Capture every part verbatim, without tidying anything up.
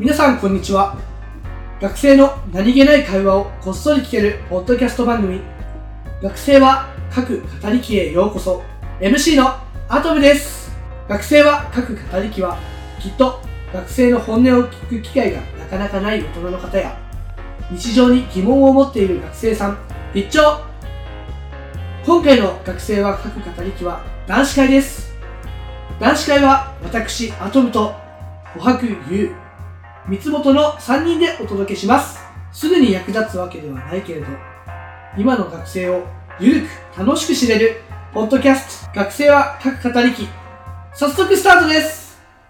皆さんこんにちは。学生の何気ない会話をこっそり聞けるポッドキャスト番組、学生は書く語り機へようこそ。 エムシー のアトムです。学生は書く語り機はきっと学生の本音を聞く機会がなかなかない大人の方や、日常に疑問を持っている学生さん必聴。今回の学生は書く語り機は男子会です。男子会は私アトムと琥珀優、三本のさんにんでお届けします。すぐに役立つわけではないけれど、今の学生をゆるく楽しく知れるポッドキャスト、学生は書く語り機、早速スタートです。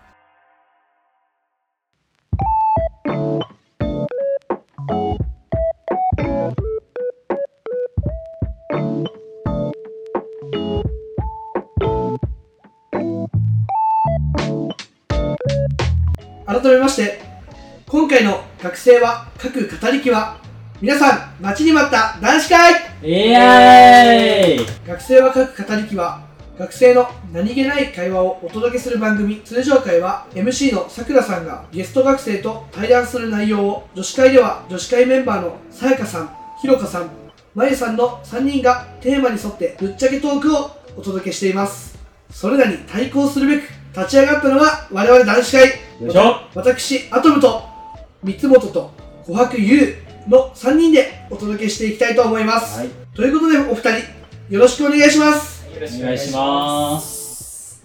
改めまして、今回の学生は書く語り機は、皆さん待ちに待った男子会。 イエーイ。 学生は書く語り機は、学生の何気ない会話をお届けする番組。通常回は エムシー のさくらさんがゲスト学生と対談する内容を、女子会では女子会メンバーのさやかさん、ひろかさん、まゆさんのさんにんがテーマに沿ってぶっちゃけトークをお届けしています。それらに対抗するべく立ち上がったのが我々男子会。 よいしょ。 私アトムと三本と琥珀優のさんにんでお届けしていきたいと思います、はい、ということでお二人よろしくお願いします。 よろしくお願いします。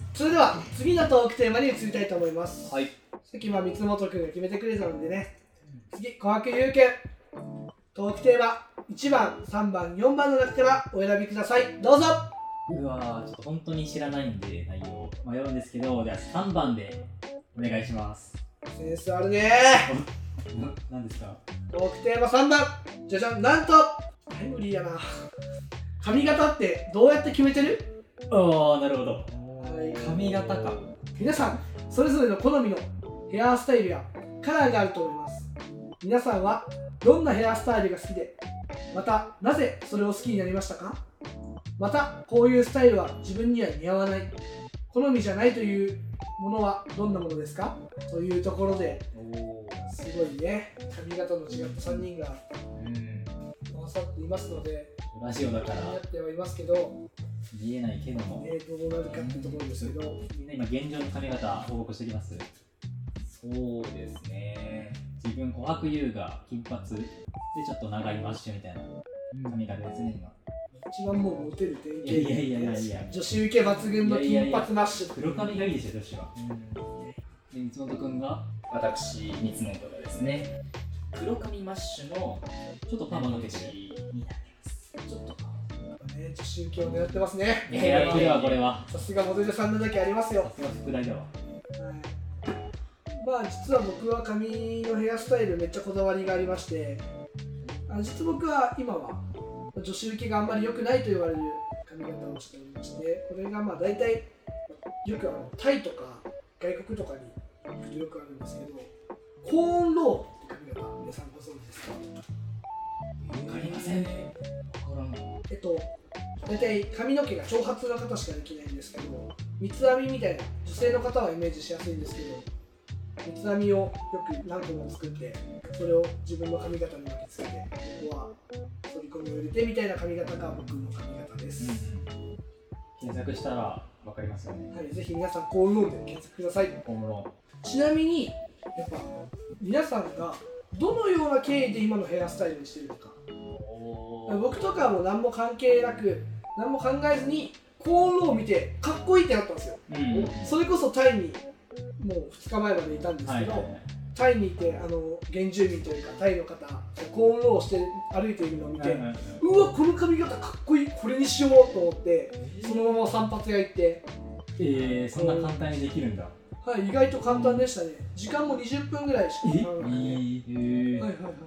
それでは次のトークテーマに移りたいと思います。 はい。 さっきは三本くんが決めてくれたのでね、次琥珀優くん、トークテーマいちばん、さんばん、よんばんの中からお選びください。どうぞ。 うわー、ちょっと本当に知らないんで内容迷うんですけど、じゃあさんばんでお願いします。 センスあるねー。な、なんですか？ トークテーマさんばん、じゃじゃん、なんとタイムリーやな。髪型ってどうやって決めてる？ あー、なるほど。 はい、 髪型か。 皆さんそれぞれの好みのヘアスタイルやカラーがあると思います。皆さんはどんなヘアスタイルが好きで、またなぜそれを好きになりましたか？またこういうスタイルは自分には似合わない、好みじゃないというものはどんなものですか？というところで、すごいね、髪型の違ったさんにんが合わさっていますので、 ラジオだから気になってはいますけど、 見えないけども、 えー、どうなるかってところですけど、 みんな今現状の髪型報告してきます。そうですね、自分琥珀優が金髪でちょっと長いマッシュみたいな髪型ですね今。 一番もうモテる典型。 いやいやいやいやいや、 女子受け抜群の金髪マッシュ。 黒髪がいいでしょ女子は。で、三本くんが私、三本がですね、黒髪マッシュのちょっとパーマかけてるになってます。ちょっとパーね、女子受けを狙ってますね。 いや、やってるわこれは。 さすがモデルさんなだけありますよ。 さすが副題だわ。 はい、まあ実は僕は髪のヘアスタイルめっちゃこだわりがありまして、あ実僕は今は女子受けがあんまり良くないと言われる髪型をしておりまして、これがまあ大体よくあのタイとか外国とかに行くとよくあるんですけど、コーンローって髪型皆さんご存知ですか？ わかりません。わからん。 えっと大体髪の毛が長髪の方しかできないんですけど、三つ編みみたいな、女性の方はイメージしやすいんですけど、三つ編みをよく何個も作って、それを自分の髪型に巻きつけて、ここは反り込みを入れてみたいな髪型が僕の髪型です、 うんうん、検索したら分かりますよね。 はい、ぜひ皆さんコーンローンで検索ください。 コーンロちなみにやっぱ皆さんがどのような経緯で今のヘアスタイルにしているのか。僕とかはもう何も関係なく、何も考えずにコーンローを見てかっこいいってなったんですよ、うん、それこそタイにもうふつかまえまでいたんですけど、はいはいはい、タイにいてあの原住民というかタイの方コーンローをして歩いているのを見て、はいはいはい、うわこの髪型かっこいい、これにしようと思って、えー、そのまま散髪屋行って、 えー、そんな簡単にできるんだ。 はい、意外と簡単でしたね。時間もにじゅっぷんぐらいしかかからなくて、えー、はいはいはい、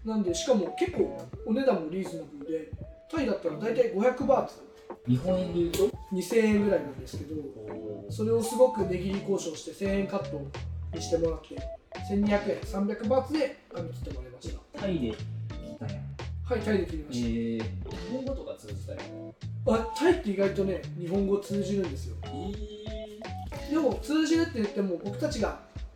なんでしかも結構お値段もリーズナブルで、タイだったら大体ごひゃくバーツ、 日本円で言うとにせんえんぐらいなんですけど、それをすごく値切り交渉してせんえんカットにしてもらってせんにひゃくえん、さんびゃくバーツで髪切ってもらいました。 タイで切ったんや。 はい、タイで切りました。えー、日本語とか通じたりあ、タイって意外とね、日本語通じるんですよ。えー、でも通じるって言っても僕たちが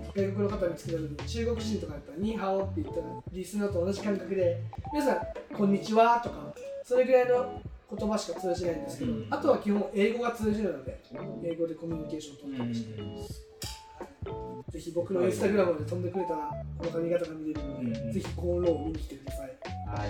外国の方見つけた時に中国人とかやったらニーハオって言ったらリスナーと同じ感覚で皆さんこんにちはとかそれぐらいの言葉しか通じないんですけど、うん、あとは基本英語が通じるので英語でコミュニケーションを取ったりしてます、うん、ぜひ僕のインスタグラムで飛んでくれたらこの髪型が見れるので、うん、ぜひコーンローを見に来てください、はい、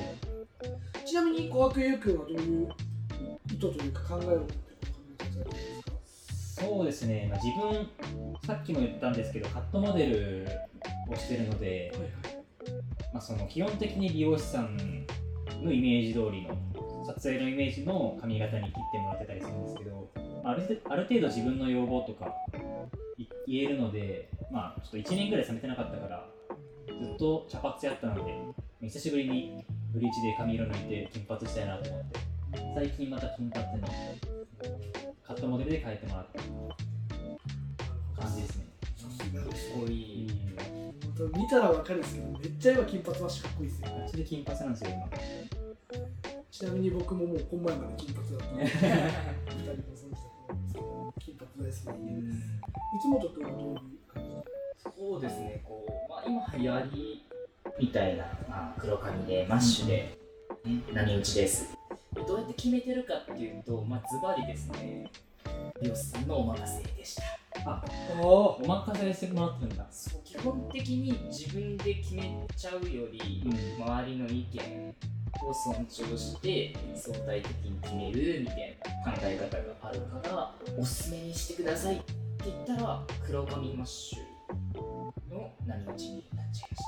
ちなみに琥珀優君はどういう意図というか考えを持ってこの髪型をされているんですか？ そうですね、まあ、自分さっきも言ったんですけどカットモデルをしてるので、はいはいまあ、その基本的に美容師さんのイメージ通りの撮影のイメージの髪型に切ってもらってたりするんですけど、ある、ある程度自分の要望とか言えるので、まあちょっといちねんぐらい染めてなかったからずっと茶髪やったので久しぶりにブリーチで髪色抜いて金髪したいなと思って最近また金髪にカットモデルで変えてもらった感じですね。 さすがですすごい見たらわかるんですけどめっちゃ今金髪マッシュかっこいいですよ。 ガチで金髪なんですよ今。 ちなみに僕ももうこの前まで金髪だったのでふたりもそうでしたけど金髪大好きな家です。いつもと君はどういう感じ？ そうですね、こう、まあ、今流行りみたいな、まあ、黒髪でマッシュで、うん、何打ちです。どうやって決めてるかっていうと、まあ、ズバリですね美容師さんのお任せでした。 あ、お任せしてもらってるんだ。 そう基本的に自分で決めちゃうより、うん、周りの意見を尊重して相対的に決めるみたいな考え方があるからおすすめにしてくださいって言ったら黒髪マッシュの何打ちになっちゃいました。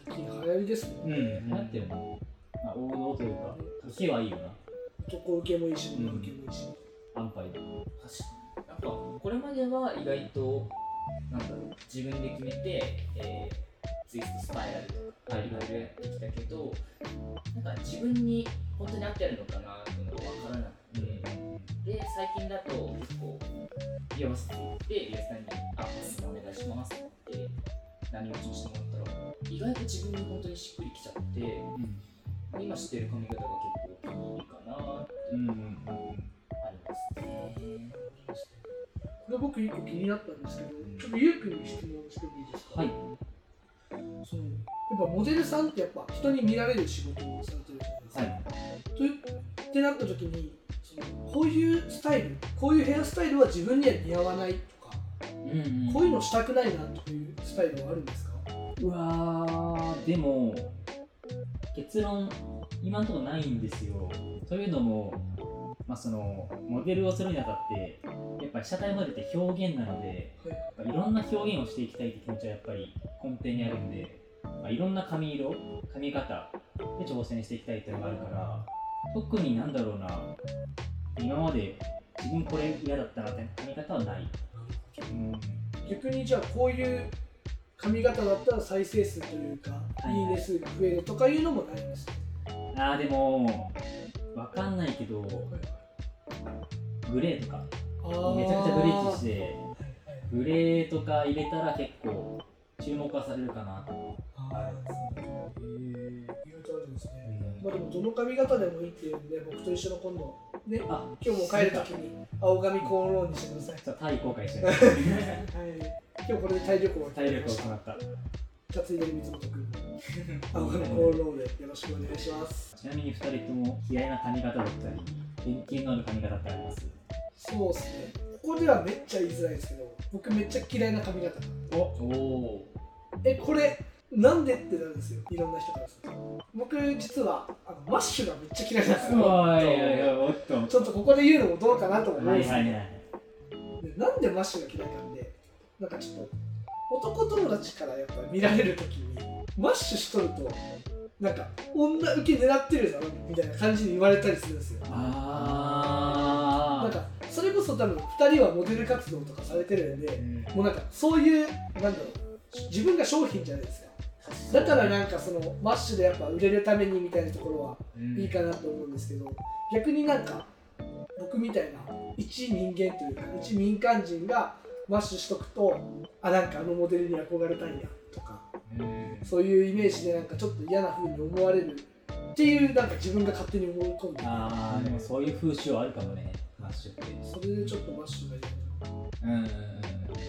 最近流行りですね。 うん、流行ってるな、まあ、王道というか受けはいいよな。 男受けもいいし女受けもいいし、 うん、安牌だ。 確かになんかこれまでは意外となんだろう自分で決めて、えー、ツイストスパイラルとかいろいろやってきたけど、なんか自分に本当に合ってるのかなっていうのが分からなくて、で最近だと結構美容室に行って美容師さんに「あ、お願いします」って何をしてもらったら意外と自分に本当にしっくりきちゃって、うん、今してる髪型が結構お気に入りかなっていうのがありますね。 これ僕一個気になったんですけど、ちょっとゆうくんに質問してもいいですか？ はい。 そのやっぱモデルさんってやっぱ人に見られる仕事をされてるじゃないですか。はい、というってなった時にそのこういうスタイル、こういうヘアスタイルは自分には似合わないとか、うんうん、こういうのしたくないなというスタイルはあるんですか？ うわー、でも結論今のところないんですよ。というのも、まあ、そのモデルをするにあたってやっぱり被写体モデルって表現なので、はい、やっぱいろんな表現をしていきたいって気持ちはやっぱり根底にあるんで、まあ、いろんな髪色、髪型で挑戦していきたいっていうのがあるから、特になんだろうな、今まで自分これ嫌だったなって髪型はない、うん、 逆にじゃあこういう髪型だったら再生数というか、はい、いいね数が増えるとかいうのもないんですね。 あーでもわかんないけど、グレーとかめちゃくちゃブリーチしてグレーとか入れたら結構注目はされるかなと。 あー、そういうとあるんですね。うん、まあでもどの髪型でもいいっていうんで、僕と一緒の今度ね、あ、今日も帰るときに青髪コーンローンにしてください。 じゃあタイ後悔してないはい、 今日これでタイ旅行をタイ旅行を行った。 じゃあついでに水本君青髪コーンローンでよろしくお願いします。 ちなみにふたりとも嫌いな髪型だったり偏見のある髪型ってあります？ そうですね、ここではめっちゃ言いづらいですけど、僕めっちゃ嫌いな髪型。 おおえ、これなんでってなるんですよ、いろんな人からすると。僕実はあのマッシュがめっちゃ嫌いなんですよ。 おいやいやおっとちょっとここで言うのもどうかなと思うんですけど、 はいはいはい、 でなんでマッシュが嫌いかんで、なんかちょっと男友達からやっぱり見られるときにマッシュしとるとなんか女受け狙ってるだろみたいな感じに言われたりするんですよ。 あなんかそれこそ多分ふたりはモデル活動とかされてるんで、うん、もうなんかそういうなんだろう、自分が商品じゃないですか。だからなんかそのマッシュでやっぱ売れるためにみたいなところはいいかなと思うんですけど、逆になんか僕みたいな一人間というか一民間人がマッシュしとくと、あ、なんかあのモデルに憧れたんやとか、そういうイメージでなんかちょっと嫌な風に思われるっていうなんか自分が勝手に思い込んで、 あーでもそういう風習はあるかもね、マッシュって。 それでちょっとマッシュが嫌だ。 うんうんうん、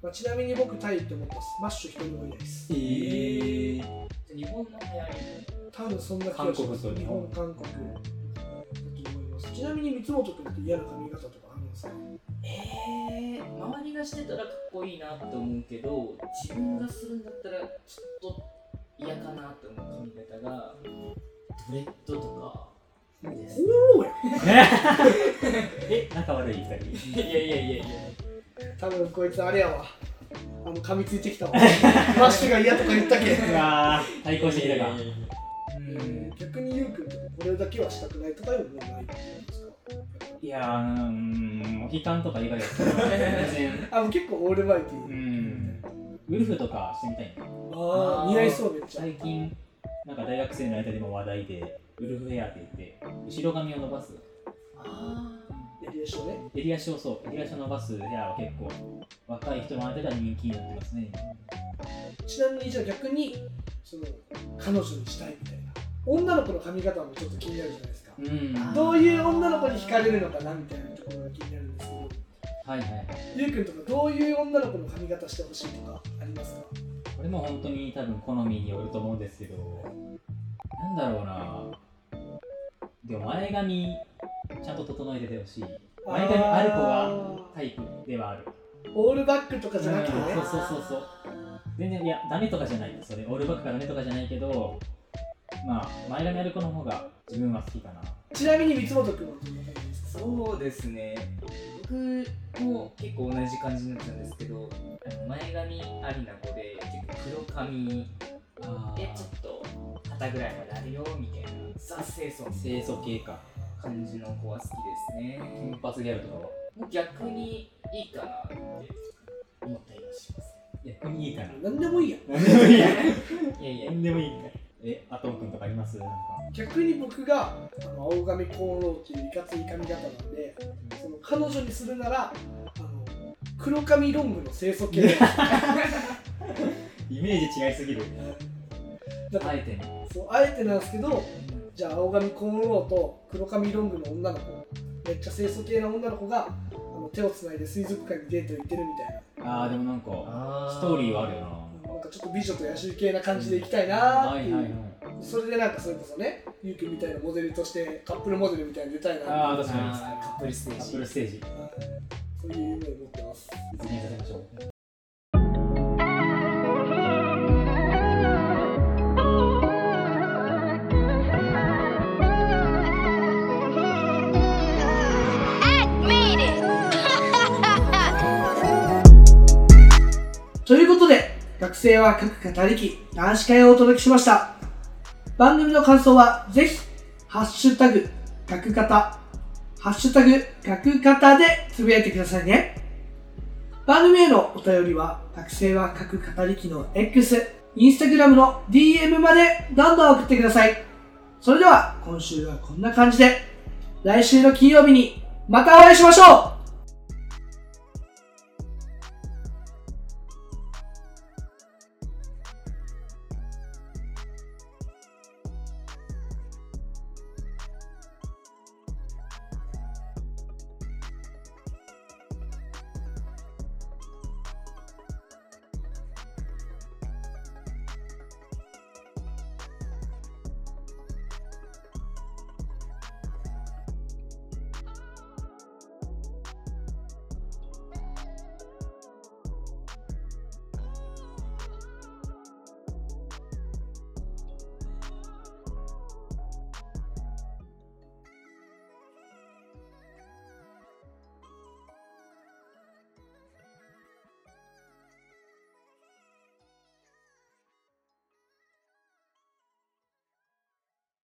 まあ、ちなみに僕タイって思ったらスマッシュ一人もいないです。 えー、 日本の流行り多分そんな気がします。 韓国と日本日本韓国だと思います。ちなみに三本君って嫌な髪型とかあるんですか？ えー、周りがしてたらかっこいいなって思うけど、自分がするんだったらちょっと嫌かなって思う髪型がドレッドとかです。 おーいえ、仲悪いふたり？ いやいやいやいや。 多分こいつあれやわ。あの噛みついてきたわ。マッシュが嫌とか言ったけ。 うわー、対抗してきたか。 うん逆にゆうくんとかこれだけはしたくないとかいうのもないんですか？ いやー、うーん、モヒカンとか以外だったら全然。 あ、もう結構オールマイティー。 うん。ウルフとかしてみたいね。 ああ、似合いそうめっちゃ。 最近、なんか大学生の間でも話題で、ウルフヘアって言って、後ろ髪を伸ばす。 あ襟足をね。 襟足をそう、襟足を伸ばすヘアは結構、若い人の間では人気になってますね。 ちなみにじゃあ逆に、その、彼女にしたいみたいな。女の子の髪型もちょっと気になるじゃないですか。 うん。 どういう女の子に惹かれるのかなみたいなところが気になるんですけど、 はいはいはい。 ゆうくんとかどういう女の子の髪型してほしいとかありますか？ これも本当に多分好みによると思うんですけど、なんだろうな。でも前髪ちゃんと整えててほしい。前髪ある子がタイプではある。 オールバックとかじゃなくてね。 そうそうそうそう。全然いやダメとかじゃない。それオールバックがダメとかじゃないけど、まあ前髪ある子の方が自分は好きかな。 ちなみに三本君はどんな感じですか？ そうですね。僕も結構同じ感じになったんですけど、あの前髪ありな子で結構黒髪でちょっと肩ぐらいまであるよみたいなザ・清楚清楚系か。 感じの子は好きですね。 金髪ギャルとかはもう逆にいいかなって思ったりもします。 逆にいいかな。 何でもいいやん。 何でもいいや。 いやいや、 何でもいいか。え、アトム君とかあります？なんか逆に僕があの青髪コーンローっていういかつい髪型なんで、その彼女にするならあの黒髪ロングの清楚系イメージ違いすぎる。 だからあえてね。 そうあえてなんですけど、じゃあ青髪コーンローと黒髪ロングの女の子、めっちゃ清楚系な女の子があの手をつないで水族館にデート行ってるみたいな。 あーでもなんかストーリーはあるよな。 なんかちょっと美女と野獣系な感じで行きたいなーっていう、 はいはいはい。 それでなんかそれこそね、ゆうくんみたいなモデルとしてカップルモデルみたいに出たいなって。 あー確かにあーカップルステージ。 カップルステージそういう夢を持ってます。 実現させましょう。 ということで、学生は各語りき男子会をお届けしました。番組の感想はぜひ、ハッシュタグ、学方、ハッシュタグ、学方でつぶやいてくださいね。番組へのお便りは、学生は各語りきの X、インスタグラムの ディーエム までどんどん送ってください。それでは、今週はこんな感じで、来週の金曜日にまたお会いしましょう。